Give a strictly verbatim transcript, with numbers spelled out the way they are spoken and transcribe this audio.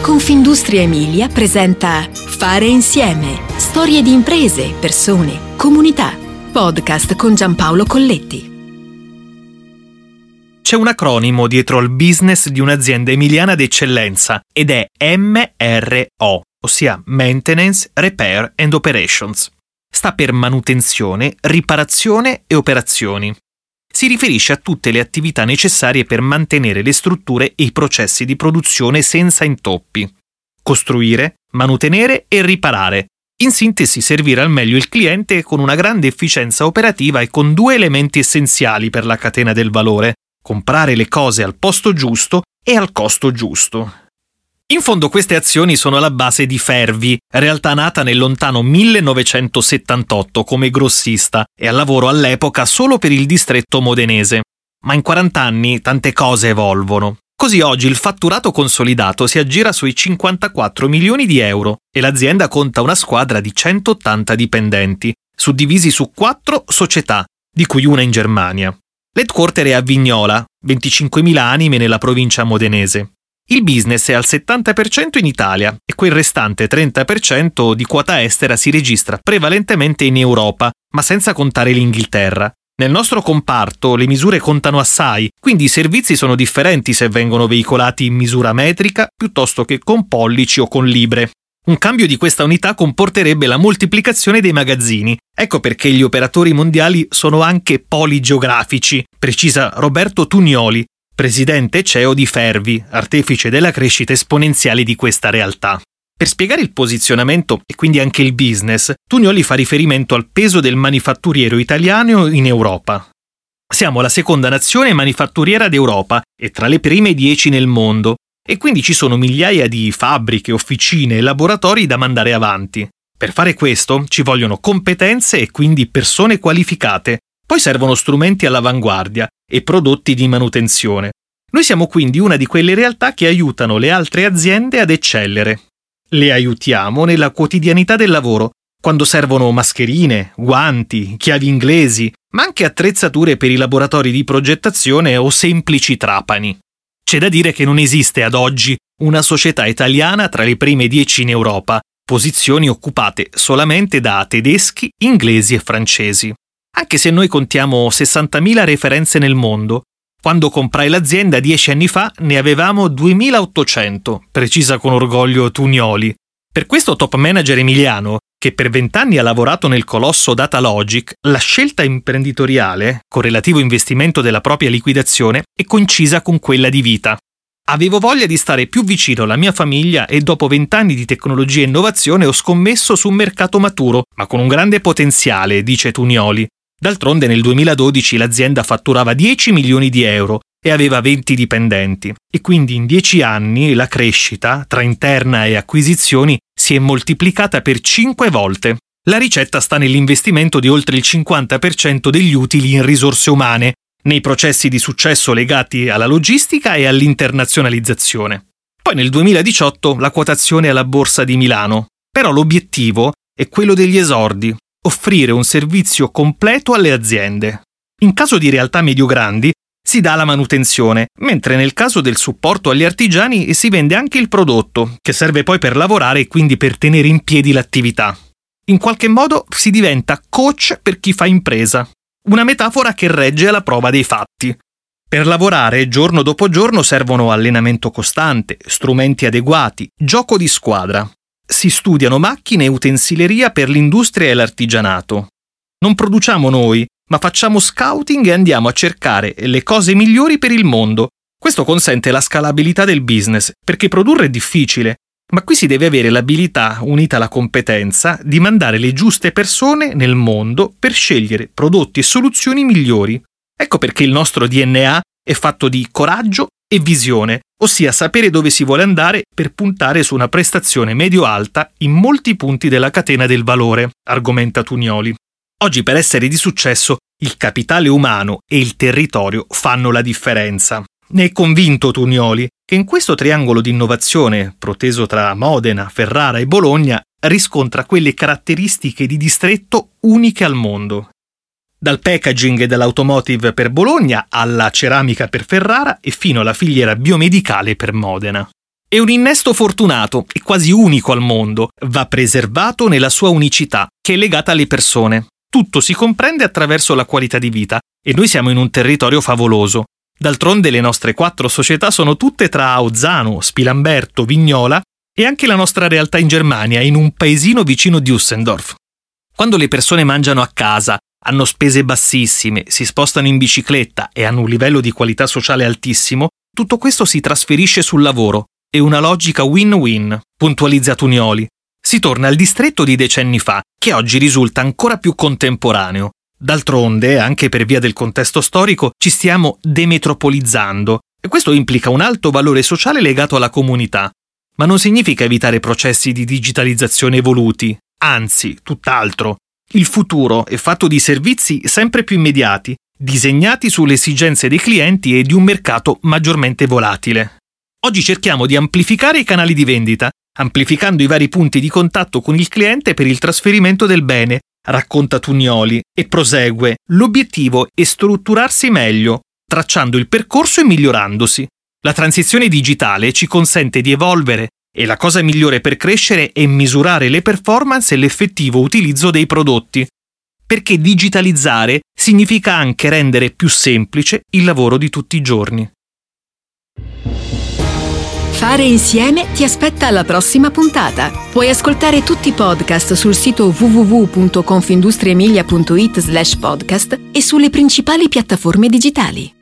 Confindustria Emilia presenta Fare insieme. Storie di imprese, persone, comunità. Podcast con Giampaolo Colletti. C'è un acronimo dietro al business di un'azienda emiliana d'eccellenza ed è M R O, ossia Maintenance, Repair and Operations. Sta per manutenzione, riparazione e operazioni. Si riferisce a tutte le attività necessarie per mantenere le strutture e i processi di produzione senza intoppi. Costruire, manutenere e riparare. In sintesi, servire al meglio il cliente con una grande efficienza operativa e con due elementi essenziali per la catena del valore: comprare le cose al posto giusto e al costo giusto. In fondo queste azioni sono alla base di Fervi, realtà nata nel lontano millenovecentosettantotto come grossista e al lavoro all'epoca solo per il distretto modenese. Ma in quaranta anni tante cose evolvono. Così oggi il fatturato consolidato si aggira sui cinquantaquattro milioni di euro e l'azienda conta una squadra di centottanta dipendenti, suddivisi su quattro società, di cui una in Germania. L'headquarter è a Vignola, venticinquemila anime nella provincia modenese. Il business è al settanta per cento in Italia e quel restante trenta per cento di quota estera si registra prevalentemente in Europa, ma senza contare l'Inghilterra. Nel nostro comparto le misure contano assai, quindi i servizi sono differenti se vengono veicolati in misura metrica piuttosto che con pollici o con libre. Un cambio di questa unità comporterebbe la moltiplicazione dei magazzini. Ecco perché gli operatori mondiali sono anche poligeografici, precisa Roberto Tunioli, presidente e C E O di Fervi, artefice della crescita esponenziale di questa realtà. Per spiegare il posizionamento e quindi anche il business, Tunioli fa riferimento al peso del manifatturiero italiano in Europa. Siamo la seconda nazione manifatturiera d'Europa e tra le prime dieci nel mondo, e quindi ci sono migliaia di fabbriche, officine e laboratori da mandare avanti. Per fare questo ci vogliono competenze e quindi persone qualificate. Poi servono strumenti all'avanguardia e prodotti di manutenzione. Noi siamo quindi una di quelle realtà che aiutano le altre aziende ad eccellere. Le aiutiamo nella quotidianità del lavoro, quando servono mascherine, guanti, chiavi inglesi, ma anche attrezzature per i laboratori di progettazione o semplici trapani. C'è da dire che non esiste ad oggi una società italiana tra le prime dieci in Europa, posizioni occupate solamente da tedeschi, inglesi e francesi. Anche se noi contiamo sessantamila referenze nel mondo, quando comprai l'azienda dieci anni fa ne avevamo duemilaottocento, precisa con orgoglio Tunioli. Per questo top manager emiliano, che per vent'anni ha lavorato nel colosso Datalogic, la scelta imprenditoriale, con relativo investimento della propria liquidazione, è coincisa con quella di vita. Avevo voglia di stare più vicino alla mia famiglia e dopo vent'anni di tecnologia e innovazione ho scommesso su un mercato maturo, ma con un grande potenziale, dice Tunioli. D'altronde nel duemiladodici l'azienda fatturava dieci milioni di euro e aveva venti dipendenti e quindi in dieci anni la crescita, tra interna e acquisizioni, si è moltiplicata per cinque volte. La ricetta sta nell'investimento di oltre il cinquanta per cento degli utili in risorse umane, nei processi di successo legati alla logistica e all'internazionalizzazione. Poi nel duemiladiciotto la quotazione alla Borsa di Milano. Però l'obiettivo è quello degli esordi: offrire un servizio completo alle aziende. In caso di realtà medio-grandi si dà la manutenzione, mentre nel caso del supporto agli artigiani si vende anche il prodotto, che serve poi per lavorare e quindi per tenere in piedi l'attività. In qualche modo si diventa coach per chi fa impresa, una metafora che regge alla prova dei fatti. Per lavorare giorno dopo giorno servono allenamento costante, strumenti adeguati, gioco di squadra. Si studiano macchine e utensileria per l'industria e l'artigianato. Non produciamo noi, ma facciamo scouting e andiamo a cercare le cose migliori per il mondo. Questo consente la scalabilità del business, perché produrre è difficile, ma qui si deve avere l'abilità, unita alla competenza, di mandare le giuste persone nel mondo per scegliere prodotti e soluzioni migliori. Ecco perché il nostro D N A è fatto di coraggio e visione, ossia sapere dove si vuole andare per puntare su una prestazione medio-alta in molti punti della catena del valore, argomenta Tunioli. Oggi per essere di successo il capitale umano e il territorio fanno la differenza. Ne è convinto Tunioli che in questo triangolo di innovazione, proteso tra Modena, Ferrara e Bologna, riscontra quelle caratteristiche di distretto uniche al mondo. Dal packaging e dall'automotive per Bologna alla ceramica per Ferrara e fino alla filiera biomedicale per Modena. È un innesto fortunato e quasi unico al mondo, va preservato nella sua unicità, che è legata alle persone. Tutto si comprende attraverso la qualità di vita e noi siamo in un territorio favoloso. D'altronde le nostre quattro società sono tutte tra Ozzano, Spilamberto, Vignola e anche la nostra realtà in Germania, in un paesino vicino Düsseldorf. Quando le persone mangiano a casa, hanno spese bassissime, si spostano in bicicletta e hanno un livello di qualità sociale altissimo, tutto questo si trasferisce sul lavoro. È una logica win-win, puntualizza Tunioli. Si torna al distretto di decenni fa, che oggi risulta ancora più contemporaneo. D'altronde, anche per via del contesto storico, ci stiamo demetropolizzando e questo implica un alto valore sociale legato alla comunità. Ma non significa evitare processi di digitalizzazione evoluti, anzi, tutt'altro. Il futuro è fatto di servizi sempre più immediati, disegnati sulle esigenze dei clienti e di un mercato maggiormente volatile. Oggi cerchiamo di amplificare i canali di vendita, amplificando i vari punti di contatto con il cliente per il trasferimento del bene, racconta Tunioli, e prosegue. L'obiettivo è strutturarsi meglio, tracciando il percorso e migliorandosi. La transizione digitale ci consente di evolvere e la cosa migliore per crescere è misurare le performance e l'effettivo utilizzo dei prodotti. Perché digitalizzare significa anche rendere più semplice il lavoro di tutti i giorni. Fare insieme ti aspetta alla prossima puntata. Puoi ascoltare tutti i podcast sul sito w w w punto confindustriemilia punto it slash podcast e sulle principali piattaforme digitali.